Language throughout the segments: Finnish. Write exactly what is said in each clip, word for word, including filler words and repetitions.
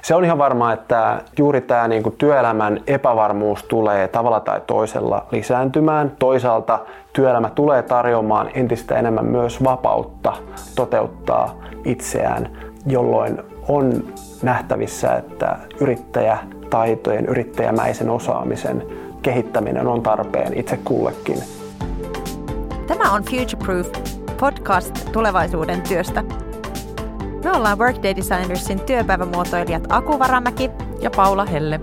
Se on ihan varmaa, että juuri tämä niin kuin työelämän epävarmuus tulee tavalla tai toisella lisääntymään. Toisaalta työelämä tulee tarjoamaan entistä enemmän myös vapautta toteuttaa itseään, jolloin on nähtävissä, että yrittäjätaitojen, yrittäjämäisen osaamisen kehittäminen on tarpeen itse kullekin. Tämä on Future Proof, podcast tulevaisuuden työstä. Me ollaan Workday Designersin työpäivämuotoilijat Aku Varamäki ja Paula Helle.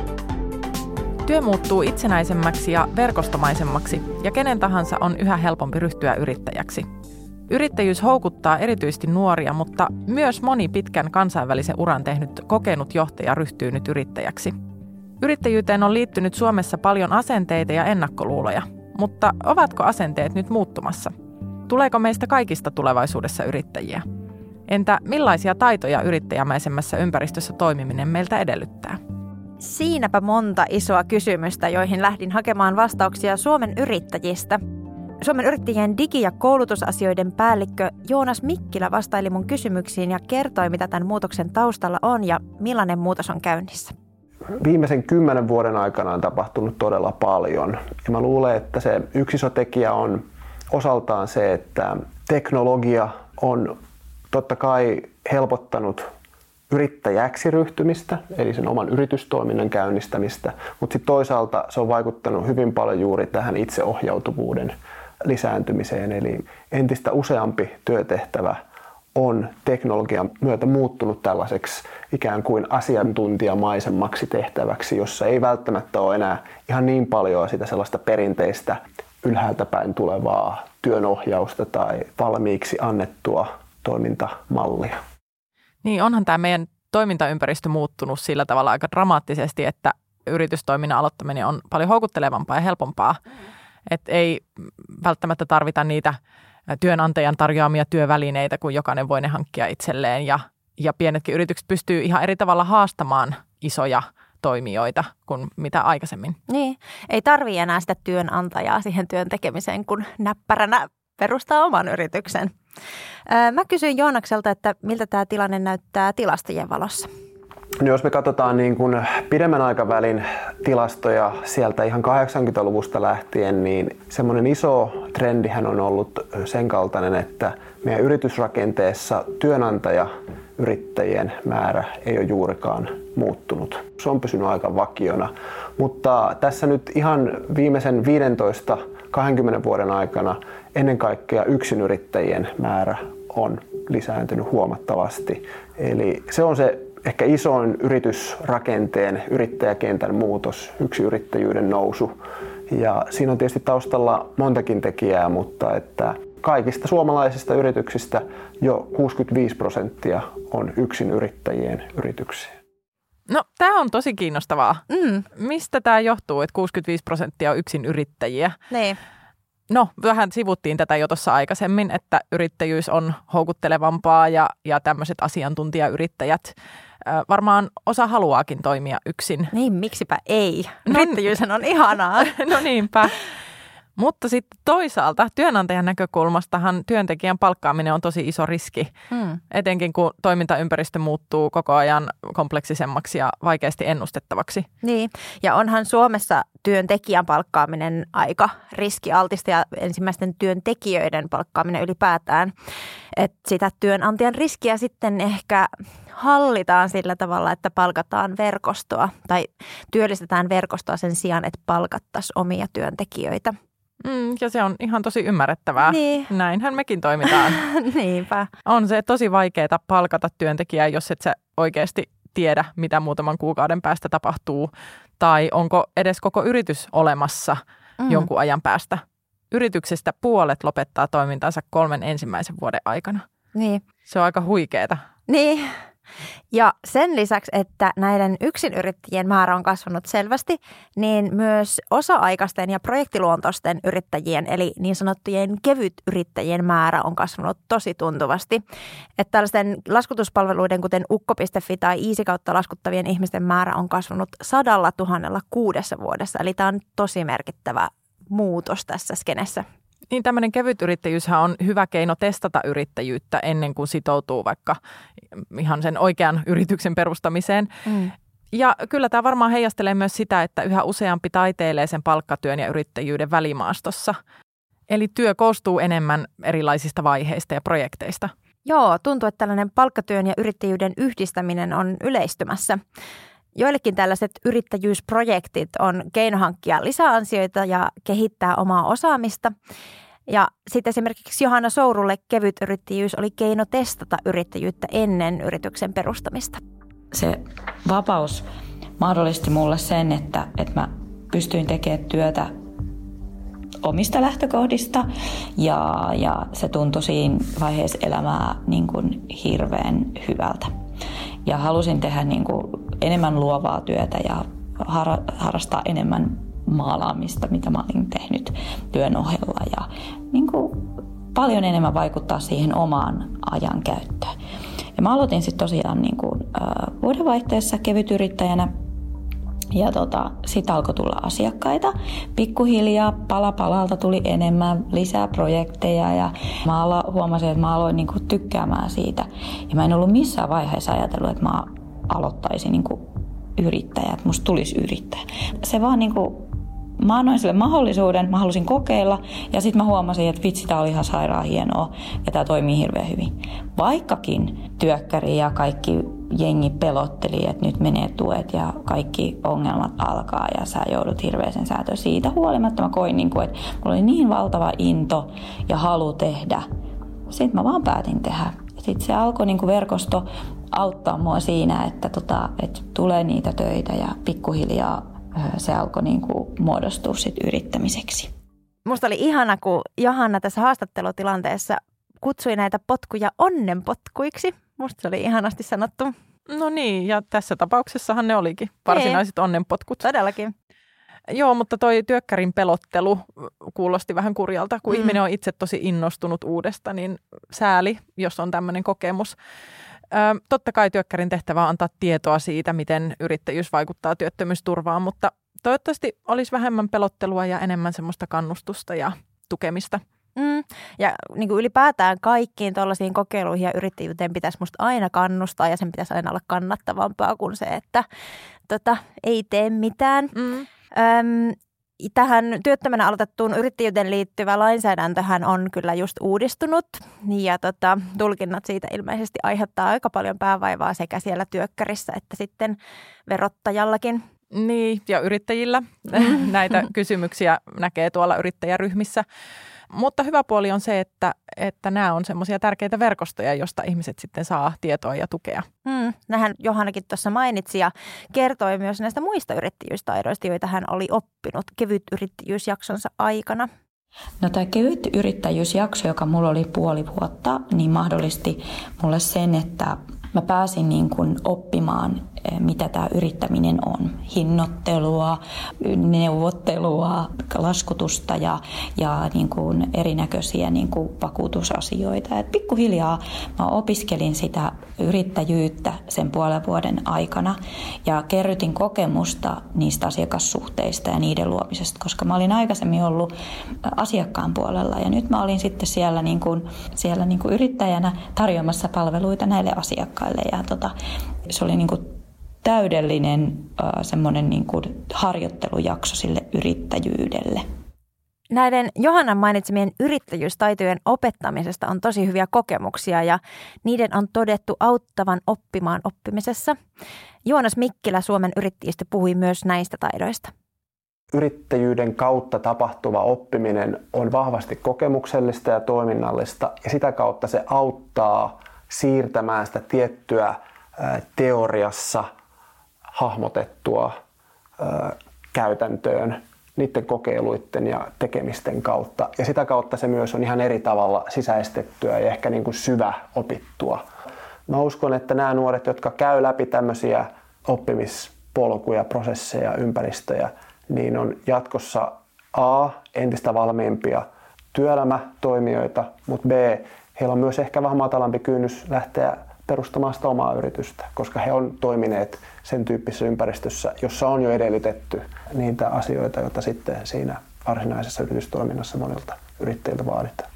Työ muuttuu itsenäisemmäksi ja verkostomaisemmaksi, ja kenen tahansa on yhä helpompi ryhtyä yrittäjäksi. Yrittäjyys houkuttaa erityisesti nuoria, mutta myös moni pitkän kansainvälisen uran tehnyt kokenut johtaja ryhtyy nyt yrittäjäksi. Yrittäjyyteen on liittynyt Suomessa paljon asenteita ja ennakkoluuloja, mutta ovatko asenteet nyt muuttumassa? Tuleeko meistä kaikista tulevaisuudessa yrittäjiä? Entä millaisia taitoja yrittäjämäisemmässä ympäristössä toimiminen meiltä edellyttää? Siinäpä monta isoa kysymystä, joihin lähdin hakemaan vastauksia Suomen yrittäjistä. Suomen yrittäjien digi- ja koulutusasioiden päällikkö Joonas Mikkilä vastaili mun kysymyksiin ja kertoi, mitä tämän muutoksen taustalla on ja millainen muutos on käynnissä. Viimeisen kymmenen vuoden aikana on tapahtunut todella paljon. Ja mä luulen, että se yksi iso tekijä on osaltaan se, että teknologia on totta kai helpottanut yrittäjäksi ryhtymistä, eli sen oman yritystoiminnan käynnistämistä, mutta sitten toisaalta se on vaikuttanut hyvin paljon juuri tähän itseohjautuvuuden lisääntymiseen, eli entistä useampi työtehtävä on teknologian myötä muuttunut tällaiseksi ikään kuin asiantuntijamaisemmaksi tehtäväksi, jossa ei välttämättä ole enää ihan niin paljon sitä sellaista perinteistä ylhäältä päin tulevaa työnohjausta tai valmiiksi annettua toimintamallia. Niin, onhan tämä meidän toimintaympäristö muuttunut sillä tavalla aika dramaattisesti, että yritystoiminnan aloittaminen on paljon houkuttelevampaa ja helpompaa. Että ei välttämättä tarvita niitä työnantajan tarjoamia työvälineitä, kun jokainen voi ne hankkia itselleen. Ja, ja pienetkin yritykset pystyy ihan eri tavalla haastamaan isoja toimijoita kuin mitä aikaisemmin. Niin, ei tarvitse enää sitä työnantajaa siihen työn tekemiseen, kun näppäränä perustaa oman yrityksen. Mä kysyin Joonakselta, että miltä tämä tilanne näyttää tilastojen valossa. No jos me katsotaan niin kuin pidemmän aikavälin tilastoja sieltä ihan kahdeksankymmentäluvusta lähtien, niin semmoinen iso trendihän on ollut sen kaltainen, että meidän yritysrakenteessa työnantajayrittäjien määrä ei ole juurikaan muuttunut. Se on pysynyt aika vakiona, mutta tässä nyt ihan viimeisen viisitoista kaksikymmentä vuoden aikana ennen kaikkea yksinyrittäjien määrä on lisääntynyt huomattavasti. Eli se on se ehkä isoin yritysrakenteen, yrittäjäkentän muutos, yksiyrittäjyyden nousu. Ja siinä on tietysti taustalla montakin tekijää, mutta että kaikista suomalaisista yrityksistä jo kuusikymmentäviisi prosenttia on yksinyrittäjien yrityksiä. No, tämä on tosi kiinnostavaa. Mm. Mistä tämä johtuu, että kuusikymmentäviisi prosenttia on yksinyrittäjiä? Niin. No, vähän sivuttiin tätä jo tuossa aikaisemmin, että yrittäjyys on houkuttelevampaa ja, ja tämmöiset asiantuntijayrittäjät äh, varmaan osa haluaakin toimia yksin. Niin, miksipä ei? Yrittäjyys on ihanaa. No niinpä. Mutta sitten toisaalta työnantajan näkökulmastahan työntekijän palkkaaminen on tosi iso riski, hmm. etenkin kun toimintaympäristö muuttuu koko ajan kompleksisemmaksi ja vaikeasti ennustettavaksi. Niin, ja onhan Suomessa työntekijän palkkaaminen aika riskialtista ja ensimmäisten työntekijöiden palkkaaminen ylipäätään. Että sitä työnantajan riskiä sitten ehkä hallitaan sillä tavalla, että palkataan verkostoa tai työllistetään verkostoa sen sijaan, että palkattaisiin omia työntekijöitä. Mm, ja se on ihan tosi ymmärrettävää. Niin. Näinhän mekin toimitaan. Niinpä. On se tosi vaikeaa palkata työntekijää, jos et sä oikeasti tiedä, mitä muutaman kuukauden päästä tapahtuu. Tai onko edes koko yritys olemassa mm. jonkun ajan päästä. Yrityksestä puolet lopettaa toimintansa kolmen ensimmäisen vuoden aikana. Niin. Se on aika huikeeta. Niin. Ja sen lisäksi, että näiden yksinyrittäjien määrä on kasvanut selvästi, niin myös osa-aikaisten ja projektiluontoisten yrittäjien, eli niin sanottujen kevytyrittäjien määrä on kasvanut tosi tuntuvasti. Että tällaisten laskutuspalveluiden, kuten ukko piste fi tai Easy kautta laskuttavien ihmisten määrä on kasvanut sadalla tuhannella kuudessa vuodessa. Eli tämä on tosi merkittävä muutos tässä skenessä. Niin tämmöinen kevytyrittäjyyshän on hyvä keino testata yrittäjyyttä ennen kuin sitoutuu vaikka ihan sen oikean yrityksen perustamiseen. Mm. Ja kyllä tämä varmaan heijastelee myös sitä, että yhä useampi taiteilee sen palkkatyön ja yrittäjyyden välimaastossa. Eli työ koostuu enemmän erilaisista vaiheista ja projekteista. Joo, tuntuu, että tällainen palkkatyön ja yrittäjyyden yhdistäminen on yleistymässä. Joillekin tällaiset yrittäjyysprojektit on keino hankkia lisäansioita ja kehittää omaa osaamista. Ja sitten esimerkiksi Johanna Sourulle kevytyrittäjyys oli keino testata yrittäjyyttä ennen yrityksen perustamista. Se vapaus mahdollisti mulle sen, että, että mä pystyin tekemään työtä omista lähtökohdista ja, ja se tuntui siinä vaiheessa elämää niin kuin hirveän hyvältä. Ja halusin tehdä niin kuin enemmän luovaa työtä ja harrastaa enemmän maalaamista, mitä mä olin tehnyt työn ohella ja niin kuin paljon enemmän vaikuttaa siihen omaan ajankäyttöön. Ja mä aloitin sitten tosiaan niin kuin, äh, vuodenvaihteessa kevytyrittäjänä ja tota, sitten alkoi tulla asiakkaita. Pikkuhiljaa pala palalta tuli enemmän lisää projekteja ja mä alo, huomasin, että mä aloin niin kuin tykkäämään siitä. Ja mä en ollut missään vaiheessa ajatellut, että mä aloittaisin niin kuin yrittäjä, että musta tulisi yrittäjä. Se vaan niin kuin, mä annoin sille mahdollisuuden, mä halusin kokeilla ja sitten mä huomasin, että vitsi, tää oli ihan sairaan hienoa ja tää toimii hirveän hyvin. Vaikkakin työkkäri ja kaikki jengi pelotteli, että nyt menee tuet ja kaikki ongelmat alkaa ja sä joudut hirveäsen säätöön. Siitä huolimatta mä koin, että mulla oli niin valtava into ja halu tehdä. Sitten mä vaan päätin tehdä. Sitten se alkoi niin kuin verkosto auttaa mua siinä, että, tota, että tulee niitä töitä ja pikkuhiljaa se alkoi niin kuin muodostua sit yrittämiseksi. Musta oli ihana, kun Johanna tässä haastattelutilanteessa kutsui näitä potkuja onnenpotkuiksi. Musta se oli ihanasti sanottu. No niin, ja tässä tapauksessahan ne olikin varsinaiset onnenpotkut. Todellakin. Joo, mutta toi työkkärin pelottelu kuulosti vähän kurjalta. Kun mm. ihminen on itse tosi innostunut uudesta, niin sääli, jos on tämmöinen kokemus. Ö, totta kai työkkärin tehtävä on antaa tietoa siitä, miten yrittäjyys vaikuttaa työttömyysturvaan, mutta toivottavasti olisi vähemmän pelottelua ja enemmän semmoista kannustusta ja tukemista. Mm. Ja niin kuin ylipäätään kaikkiin tuollaisiin kokeiluihin ja yrittäjyyteen pitäisi musta aina kannustaa ja sen pitäisi aina olla kannattavampaa kuin se, että tota, ei tee mitään. Mm. Öm, Tähän työttömänä aloitettuun yrittäjyyteen liittyvä lainsäädäntöhän on kyllä just uudistunut ja tota, tulkinnat siitä ilmeisesti aiheuttaa aika paljon päävaivaa sekä siellä työkkärissä että sitten verottajallakin. Niin, ja yrittäjillä näitä kysymyksiä näkee tuolla yrittäjäryhmissä. Mutta hyvä puoli on se, että, että nämä on semmoisia tärkeitä verkostoja, joista ihmiset sitten saa tietoa ja tukea. Hmm, nähän Johannakin tuossa mainitsi ja kertoi myös näistä muista yrittäjyystaidoista, joita hän oli oppinut kevytyrittäjyysjaksonsa aikana. No tämä kevyt yrittäjyysjakso, joka mulla oli puoli vuotta, niin mahdollisti mulle sen, että mä pääsin niin kuin oppimaan, mitä tämä yrittäminen on. Hinnoittelua, neuvottelua, laskutusta ja, ja niin kuin erinäköisiä niin kuin vakuutusasioita. Et pikkuhiljaa mä opiskelin sitä yrittäjyyttä sen puolen vuoden aikana ja kerrytin kokemusta niistä asiakassuhteista ja niiden luomisesta, koska mä olin aikaisemmin ollut asiakkaan puolella ja nyt mä olin sitten siellä, niin kuin, siellä niin kuin yrittäjänä tarjoamassa palveluita näille asiakkaille ja tota, se oli niin kuin täydellinen äh, semmoinen niin kuin harjoittelujakso sille yrittäjyydelle. Näiden Johannan mainitsemien yrittäjyystaitojen opettamisesta on tosi hyviä kokemuksia ja niiden on todettu auttavan oppimaan oppimisessa. Joonas Mikkilä Suomen Yrittäjistä puhui myös näistä taidoista. Yrittäjyyden kautta tapahtuva oppiminen on vahvasti kokemuksellista ja toiminnallista ja sitä kautta se auttaa siirtämään sitä tiettyä ää, teoriassa hahmotettua ää, käytäntöön niiden kokeiluiden ja tekemisten kautta. Ja sitä kautta se myös on ihan eri tavalla sisäistettyä ja ehkä niin kuin syvä opittua. Mä uskon, että nämä nuoret, jotka käy läpi tämmöisiä oppimispolkuja, prosesseja, ympäristöjä, niin on jatkossa A, entistä valmiimpia työelämätoimijoita, mutta B, heillä on myös ehkä vähän matalampi kynnys lähteä perustamaan sitä omaa yritystä, koska he on toimineet sen tyyppisessä ympäristössä, jossa on jo edellytetty niitä asioita, joita sitten siinä varsinaisessa yritystoiminnassa monilta yrittäjiltä vaaditaan.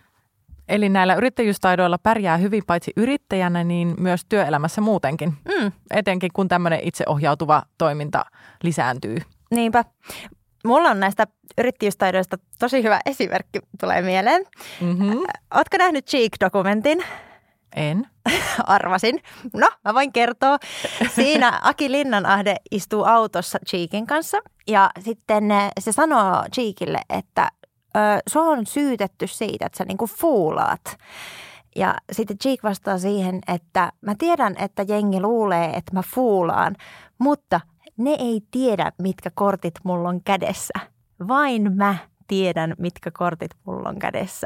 Eli näillä yrittäjyystaidoilla pärjää hyvin paitsi yrittäjänä, niin myös työelämässä muutenkin, mm. etenkin kun tämmöinen itseohjautuva toiminta lisääntyy. Niinpä. Mulla on näistä yrittäjyystaidoista tosi hyvä esimerkki, tulee mieleen. Mm-hmm. Ootko nähnyt Cheek-dokumentin? En. Arvasin. No, mä voin kertoa. Siinä Aki Linnanahde istuu autossa Cheekin kanssa ja sitten se sanoo Cheekille, että ö, sua on syytetty siitä, että sä niinku fuulaat. Ja sitten Cheek vastaa siihen, että mä tiedän, että jengi luulee, että mä fuulaan, mutta ne ei tiedä, mitkä kortit mulla on kädessä. Vain mä tiedän, mitkä kortit mulla on kädessä.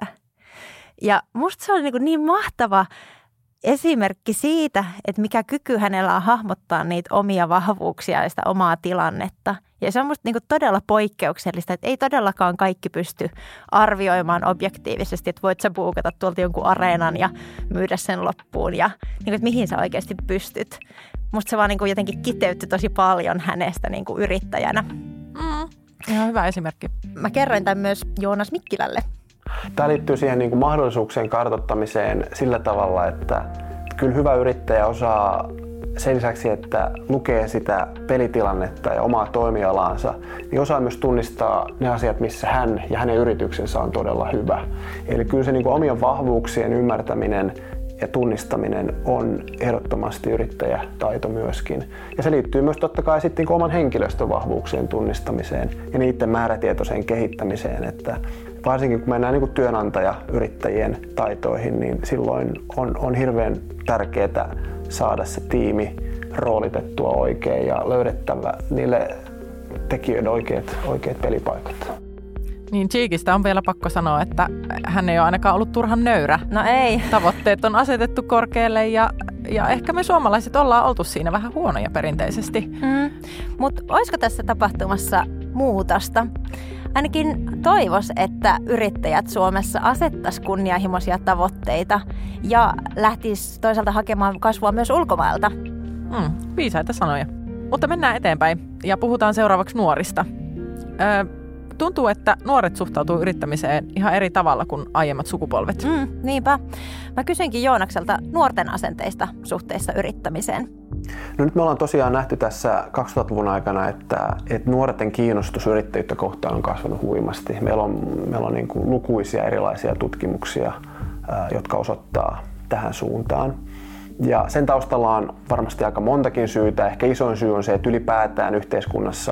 Ja musta se on niin, niin mahtava esimerkki siitä, että mikä kyky hänellä on hahmottaa niitä omia vahvuuksia ja sitä omaa tilannetta. Ja se on musta niin todella poikkeuksellista, että ei todellakaan kaikki pysty arvioimaan objektiivisesti, että voit sä buukata tuolta jonkun areenan ja myydä sen loppuun ja niin kuin, että mihin sä oikeasti pystyt. Musta se vaan niin kuin jotenkin kiteytti tosi paljon hänestä niin kuin yrittäjänä. Mm, ihan hyvä esimerkki. Mä kerroin tämän myös Joonas Mikkilälle. Tämä liittyy siihen niin kuin mahdollisuuksien kartoittamiseen sillä tavalla, että kyllä hyvä yrittäjä osaa sen lisäksi, että lukee sitä pelitilannetta ja omaa toimialaansa, niin osaa myös tunnistaa ne asiat, missä hän ja hänen yrityksensä on todella hyvä. Eli kyllä se niin kuin omien vahvuuksien ymmärtäminen ja tunnistaminen on ehdottomasti yrittäjätaito myöskin. Ja se liittyy myös totta kai sitten oman henkilöstön vahvuuksien tunnistamiseen ja niiden määrätietoiseen kehittämiseen. Että varsinkin kun mennään niin kuin työnantajayrittäjien taitoihin, niin silloin on, on hirveän tärkeää saada se tiimi roolitettua oikein ja löydettävä niille tekijöille oikeat, oikeat pelipaikat. Niin Cheekistä on vielä pakko sanoa, että hän ei ole ainakaan ollut turhan nöyrä. No ei. Tavoitteet on asetettu korkealle ja, ja ehkä me suomalaiset ollaan oltu siinä vähän huonoja perinteisesti. Mm. Mutta olisiko tässä tapahtumassa muutosta? Ainakin toivos, että yrittäjät Suomessa asettaisi kunnianhimoisia tavoitteita ja lähtisi toisaalta hakemaan kasvua myös ulkomailta. Mm, viisaita sanoja. Mutta mennään eteenpäin ja puhutaan seuraavaksi nuorista. Öö, tuntuu, että nuoret suhtautuu yrittämiseen ihan eri tavalla kuin aiemmat sukupolvet. Mm, niinpä. Mä kysyinkin Joonakselta nuorten asenteista suhteessa yrittämiseen. No nyt me ollaan tosiaan nähty tässä kaksituhattaluvun aikana, että, että nuorten kiinnostus yrittäjyyttä kohtaan on kasvanut huimasti. Meillä on, meillä on niin kuin lukuisia erilaisia tutkimuksia, ää, jotka osoittaa tähän suuntaan. Ja sen taustalla on varmasti aika montakin syytä. Ehkä isoin syy on se, että ylipäätään yhteiskunnassa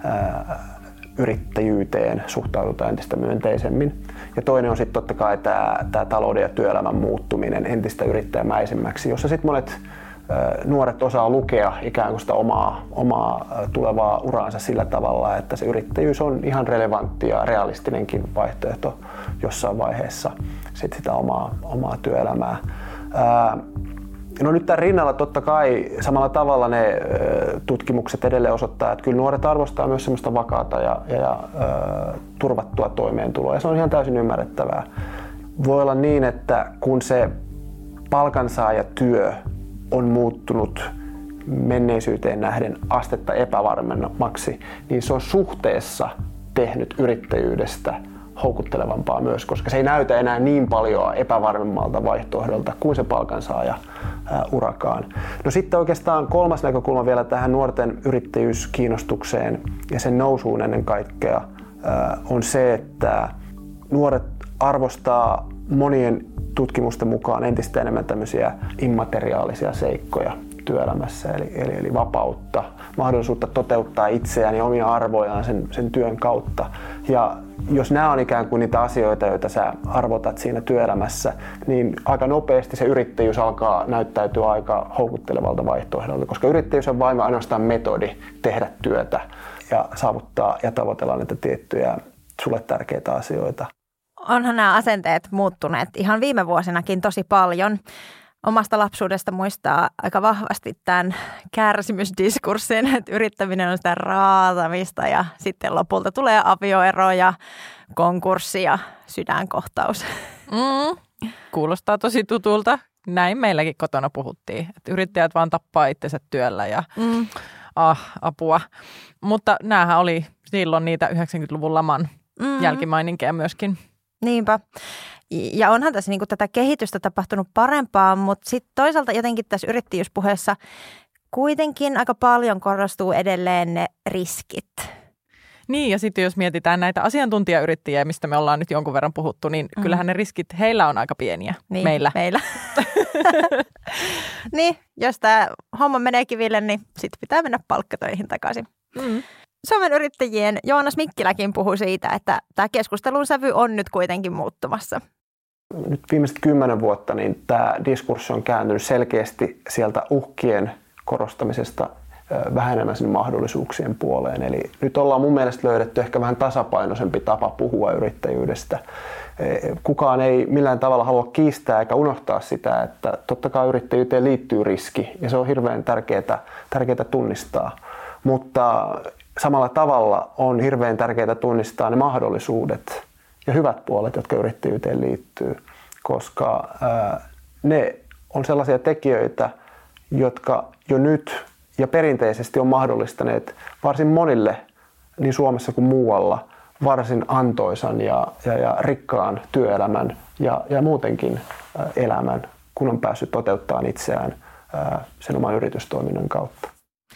ää, yrittäjyyteen suhtaudutaan entistä myönteisemmin. Ja toinen on sitten totta kai tämä, tämä talouden ja työelämän muuttuminen entistä yrittäjämäisemmäksi, jossa sitten monet nuoret osaa lukea ikään kuin sitä omaa, omaa tulevaa uraansa sillä tavalla, että se yrittäjyys on ihan relevantti ja realistinenkin vaihtoehto jossain vaiheessa sit sitä omaa, omaa työelämää. No nyt tämän rinnalla totta kai samalla tavalla ne tutkimukset edelleen osoittaa, että kyllä nuoret arvostaa myös semmoista vakaata ja, ja, ja turvattua toimeentuloa ja se on ihan täysin ymmärrettävää. Voi olla niin, että kun se palkansaajatyö on muuttunut menneisyyteen nähden astetta epävarmemmaksi, niin se on suhteessa tehnyt yrittäjyydestä houkuttelevampaa myös, koska se ei näytä enää niin paljon epävarmemmalta vaihtoehdolta kuin se palkansaaja ää, urakaan. No sitten oikeastaan kolmas näkökulma vielä tähän nuorten yrittäjyyskiinnostukseen ja sen nousuun ennen kaikkea ää, on se, että nuoret arvostaa monien tutkimusten mukaan entistä enemmän tämmöisiä immateriaalisia seikkoja työelämässä, eli, eli, eli vapautta, mahdollisuutta toteuttaa itseään ja omia arvojaan sen, sen työn kautta. Ja jos nämä on ikään kuin niitä asioita, joita sä arvotat siinä työelämässä, niin aika nopeasti se yrittäjyys alkaa näyttäytyä aika houkuttelevalta vaihtoehdolta, koska yrittäjyys on vain ainoastaan metodi tehdä työtä ja saavuttaa ja tavoitella näitä tiettyjä sulle tärkeitä asioita. Onhan nämä asenteet muuttuneet ihan viime vuosinakin tosi paljon. Omasta lapsuudesta muistaa aika vahvasti tämän kärsimysdiskurssin, että yrittäminen on sitä raatamista ja sitten lopulta tulee avioero ja konkurssi ja sydänkohtaus. Mm, kuulostaa tosi tutulta. Näin meilläkin kotona puhuttiin, että yrittäjät vaan tappaa itsensä työllä ja mm. ah, apua. Mutta näähän oli silloin niitä yhdeksänkymmentäluvun laman mm. jälkimaininkeja myöskin. Niinpä. Ja onhan tässä niin kuin tätä kehitystä tapahtunut parempaan, mutta sitten toisaalta jotenkin tässä yrittäjyyspuheessa kuitenkin aika paljon korostuu edelleen ne riskit. Niin, ja sitten jos mietitään näitä asiantuntijayrittäjiä, mistä me ollaan nyt jonkun verran puhuttu, niin mm. kyllähän ne riskit heillä on aika pieniä niin, meillä. meillä. Niin, jos tämä homma menee kiville, niin sitten pitää mennä palkkatöihin takaisin. Mm. Suomen yrittäjien Joonas Mikkiläkin puhui siitä, että tämä keskustelun sävy on nyt kuitenkin muuttumassa. Nyt viimeiset kymmenen vuotta niin tämä diskurssi on kääntynyt selkeästi sieltä uhkien korostamisesta vähenemään sinne mahdollisuuksien puoleen. Eli nyt ollaan mun mielestä löydetty ehkä vähän tasapainoisempi tapa puhua yrittäjyydestä. Kukaan ei millään tavalla halua kiistää eikä unohtaa sitä, että totta kai yrittäjyyteen liittyy riski ja se on hirveän tärkeää, tärkeää tunnistaa. Mutta samalla tavalla on hirveän tärkeää tunnistaa ne mahdollisuudet ja hyvät puolet, jotka yrittäjyyteen liittyy, koska ne on sellaisia tekijöitä, jotka jo nyt ja perinteisesti on mahdollistaneet varsin monille niin Suomessa kuin muualla varsin antoisan ja, ja, ja rikkaan työelämän ja, ja muutenkin elämän, kun on päässyt toteuttamaan itseään sen oman yritystoiminnan kautta.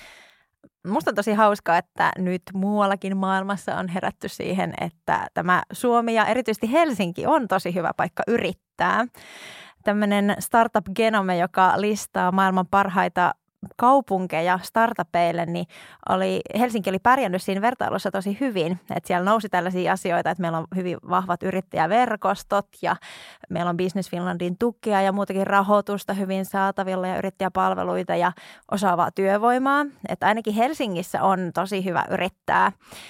Musta on tosi hauskaa, että nyt muuallakin maailmassa on herätty siihen, että tämä Suomi ja erityisesti Helsinki on tosi hyvä paikka yrittää. Tämmöinen Startup Genome, joka listaa maailman parhaita kaupunkeja startupeille, niin oli, Helsinki oli pärjännyt siinä vertailussa tosi hyvin. Että siellä nousi tällaisia asioita, että meillä on hyvin vahvat yrittäjäverkostot ja meillä on Business Finlandin tukea ja muutakin rahoitusta hyvin saatavilla ja yrittäjäpalveluita ja osaavaa työvoimaa. Että ainakin Helsingissä on tosi hyvä yrittää.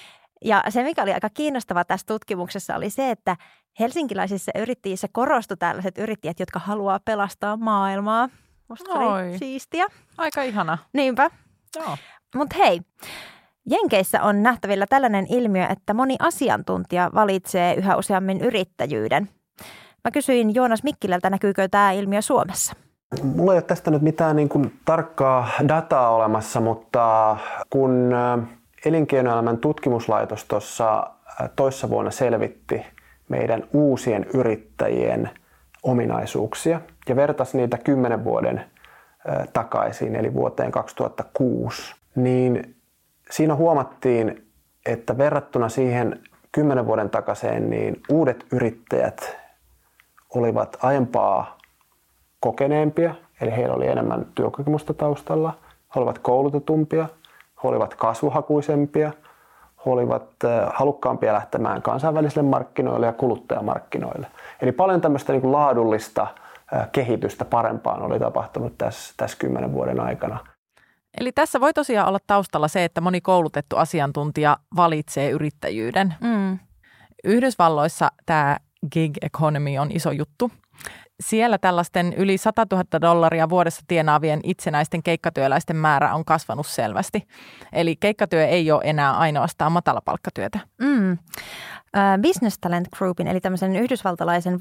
Ja se, mikä oli aika kiinnostavaa tässä tutkimuksessa, oli se, että helsinkiläisissä yrittäjissä korostui tällaiset yrittäjät, jotka haluaa pelastaa maailmaa. Musta oli siistiä. Aika ihana. Niinpä. Joo. Mutta hei, Jenkeissä on nähtävillä tällainen ilmiö, että moni asiantuntija valitsee yhä useammin yrittäjyyden. Mä kysyin Joonas Mikkilältä, näkyykö tämä ilmiö Suomessa? Mulla ei ole tästä nyt mitään niin kuin tarkkaa dataa olemassa, mutta kun Elinkeinoelämän tutkimuslaitos tuossa toissa vuonna selvitti meidän uusien yrittäjien ominaisuuksia ja vertasi niitä kymmenen vuoden takaisin, eli vuoteen kaksituhattakuusi, niin siinä huomattiin, että verrattuna siihen kymmenen vuoden takaiseen, niin uudet yrittäjät olivat aiempaa kokeneempia, eli heillä oli enemmän työkokemusta taustalla, he olivat koulutetumpia, he olivat kasvuhakuisempia, he olivat halukkaampia lähtemään kansainvälisille markkinoille ja kuluttajamarkkinoille. Eli paljon tämmöistä niin kuin laadullista kehitystä parempaan oli tapahtunut tässä, tässä kymmenen vuoden aikana. Eli tässä voi tosiaan olla taustalla se, että moni koulutettu asiantuntija valitsee yrittäjyyden. Mm. Yhdysvalloissa tämä gig economy on iso juttu. Siellä tällaisten yli sata tuhatta dollaria vuodessa tienaavien itsenäisten keikkatyöläisten määrä on kasvanut selvästi. Eli keikkatyö ei ole enää ainoastaan matalapalkkatyötä. Mm. Business Talent Groupin, eli tämmöisen yhdysvaltalaisen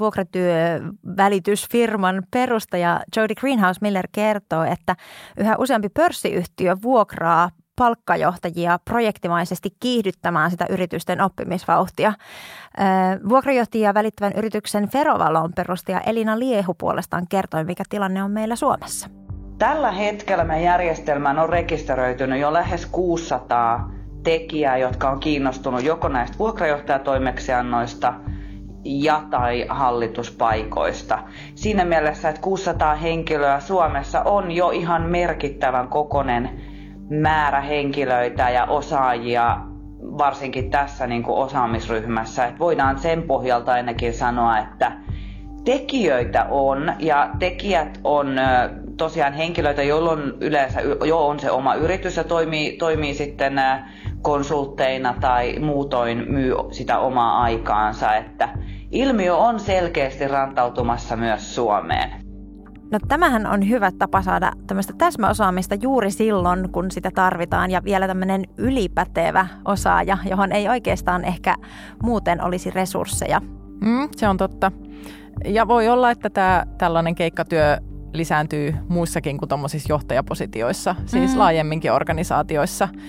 vuokratyövälitysfirman perustaja Jody Greenhouse Miller kertoo, että yhä useampi pörssiyhtiö vuokraa palkkajohtajia projektimaisesti kiihdyttämään sitä yritysten oppimisvauhtia. Vuokrajohtajia välittävän yrityksen Ferovalon perustaja Elina Liehu puolestaan kertoi, mikä tilanne on meillä Suomessa. Tällä hetkellä meidän järjestelmään on rekisteröitynyt jo lähes kuusisataa tekijää, jotka on kiinnostunut joko näistä vuokrajohtajatoimeksiannoista ja tai hallituspaikoista. Siinä mielessä, että kuusisataa henkilöä Suomessa on jo ihan merkittävän kokoinen määrä henkilöitä ja osaajia, varsinkin tässä niin kuin osaamisryhmässä. Että voidaan sen pohjalta ainakin sanoa, että tekijöitä on ja tekijät on tosiaan henkilöitä, joilla on yleensä jo on se oma yritys ja toimii, toimii sitten konsultteina tai muutoin myy sitä omaa aikaansa. Että ilmiö on selkeästi rantautumassa myös Suomeen. No tämähän on hyvä tapa saada tämmöistä täsmäosaamista juuri silloin, kun sitä tarvitaan ja vielä tämmöinen ylipätevä osaaja, johon ei oikeastaan ehkä muuten olisi resursseja. Mm, se on totta. Ja voi olla, että tämä tällainen keikkatyö lisääntyy muissakin kuin tuommoisissa johtajapositioissa, siis mm. laajemminkin organisaatioissa. Mm.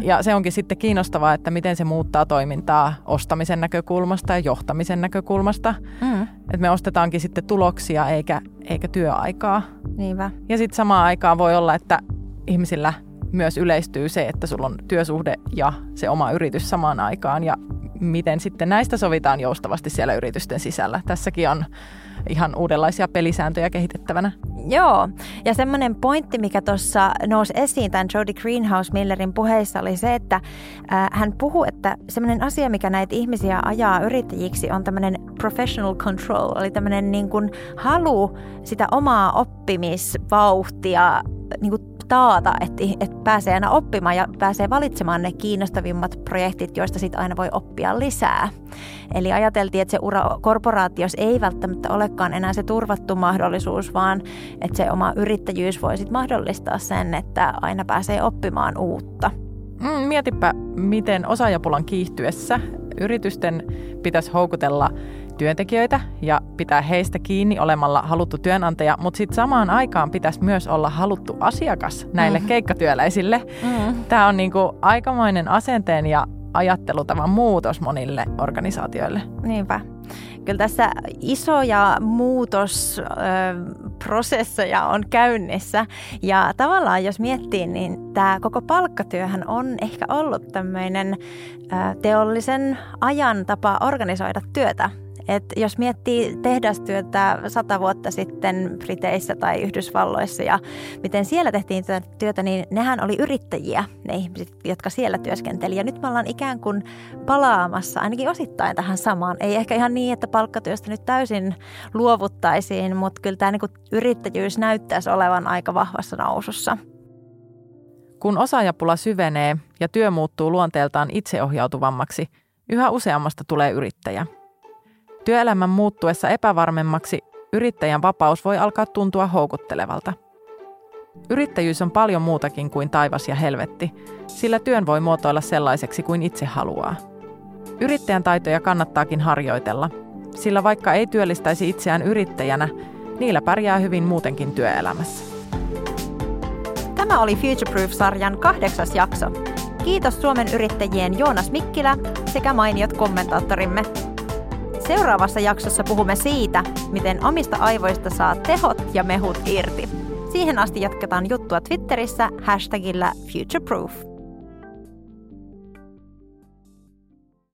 Ja se onkin sitten kiinnostavaa, että miten se muuttaa toimintaa ostamisen näkökulmasta ja johtamisen näkökulmasta. Mm. Että me ostetaankin sitten tuloksia eikä, eikä työaikaa. Niinpä. Ja sitten samaan aikaan voi olla, että ihmisillä myös yleistyy se, että sulla on työsuhde ja se oma yritys samaan aikaan. Ja miten sitten näistä sovitaan joustavasti siellä yritysten sisällä. Tässäkin on ihan uudenlaisia pelisääntöjä kehitettävänä. Joo, ja semmoinen pointti, mikä tuossa nousi esiin tämän Jody Greenhouse-Millerin puheissa oli se, että äh, hän puhui, että semmoinen asia, mikä näitä ihmisiä ajaa yrittäjiksi on tämmöinen professional control, eli tämmöinen niin kuin halu sitä omaa oppimisvauhtia niin kuin taata, että, että pääsee aina oppimaan ja pääsee valitsemaan ne kiinnostavimmat projektit, joista sitten aina voi oppia lisää. Eli ajateltiin, että se ura korporaatiossa ei välttämättä olekaan enää se turvattu mahdollisuus, vaan että se oma yrittäjyys voi sitten mahdollistaa sen, että aina pääsee oppimaan uutta. Mm, mietipä, miten osaajapulan kiihtyessä yritysten pitäisi houkutella työntekijöitä ja pitää heistä kiinni olemalla haluttu työnantaja, mutta sitten samaan aikaan pitäisi myös olla haluttu asiakas näille mm. keikkatyöläisille. Mm. Tämä on niinku aikamoinen asenteen ja ajattelutavan muutos monille organisaatioille. Niinpä. Kyllä tässä isoja muutosprosesseja on käynnissä ja tavallaan jos miettii, niin tämä koko palkkatyöhän on ehkä ollut tämmöinen teollisen ajan tapa organisoida työtä. Et jos miettii tehdastyötä sata vuotta sitten Briteissä tai Yhdysvalloissa ja miten siellä tehtiin tätä työtä, niin nehän oli yrittäjiä, ne ihmiset, jotka siellä työskenteli. Ja nyt me ollaan ikään kuin palaamassa ainakin osittain tähän samaan. Ei ehkä ihan niin, että palkkatyöstä nyt täysin luovuttaisiin, mutta kyllä tämä niin kuin yrittäjyys näyttäisi olevan aika vahvassa nousussa. Kun osaajapula syvenee ja työ muuttuu luonteeltaan itseohjautuvammaksi, yhä useammasta tulee yrittäjä. Työelämän muuttuessa epävarmemmaksi yrittäjän vapaus voi alkaa tuntua houkuttelevalta. Yrittäjyys on paljon muutakin kuin taivas ja helvetti, sillä työn voi muotoilla sellaiseksi kuin itse haluaa. Yrittäjän taitoja kannattaakin harjoitella, sillä vaikka ei työllistäisi itseään yrittäjänä, niillä pärjää hyvin muutenkin työelämässä. Tämä oli Futureproof-sarjan kahdeksas jakso. Kiitos Suomen yrittäjien Joonas Mikkilä sekä mainiot kommentaattorimme. Seuraavassa jaksossa puhumme siitä, miten omista aivoista saa tehot ja mehut irti. Siihen asti jatketaan juttua Twitterissä hashtagillä Futureproof.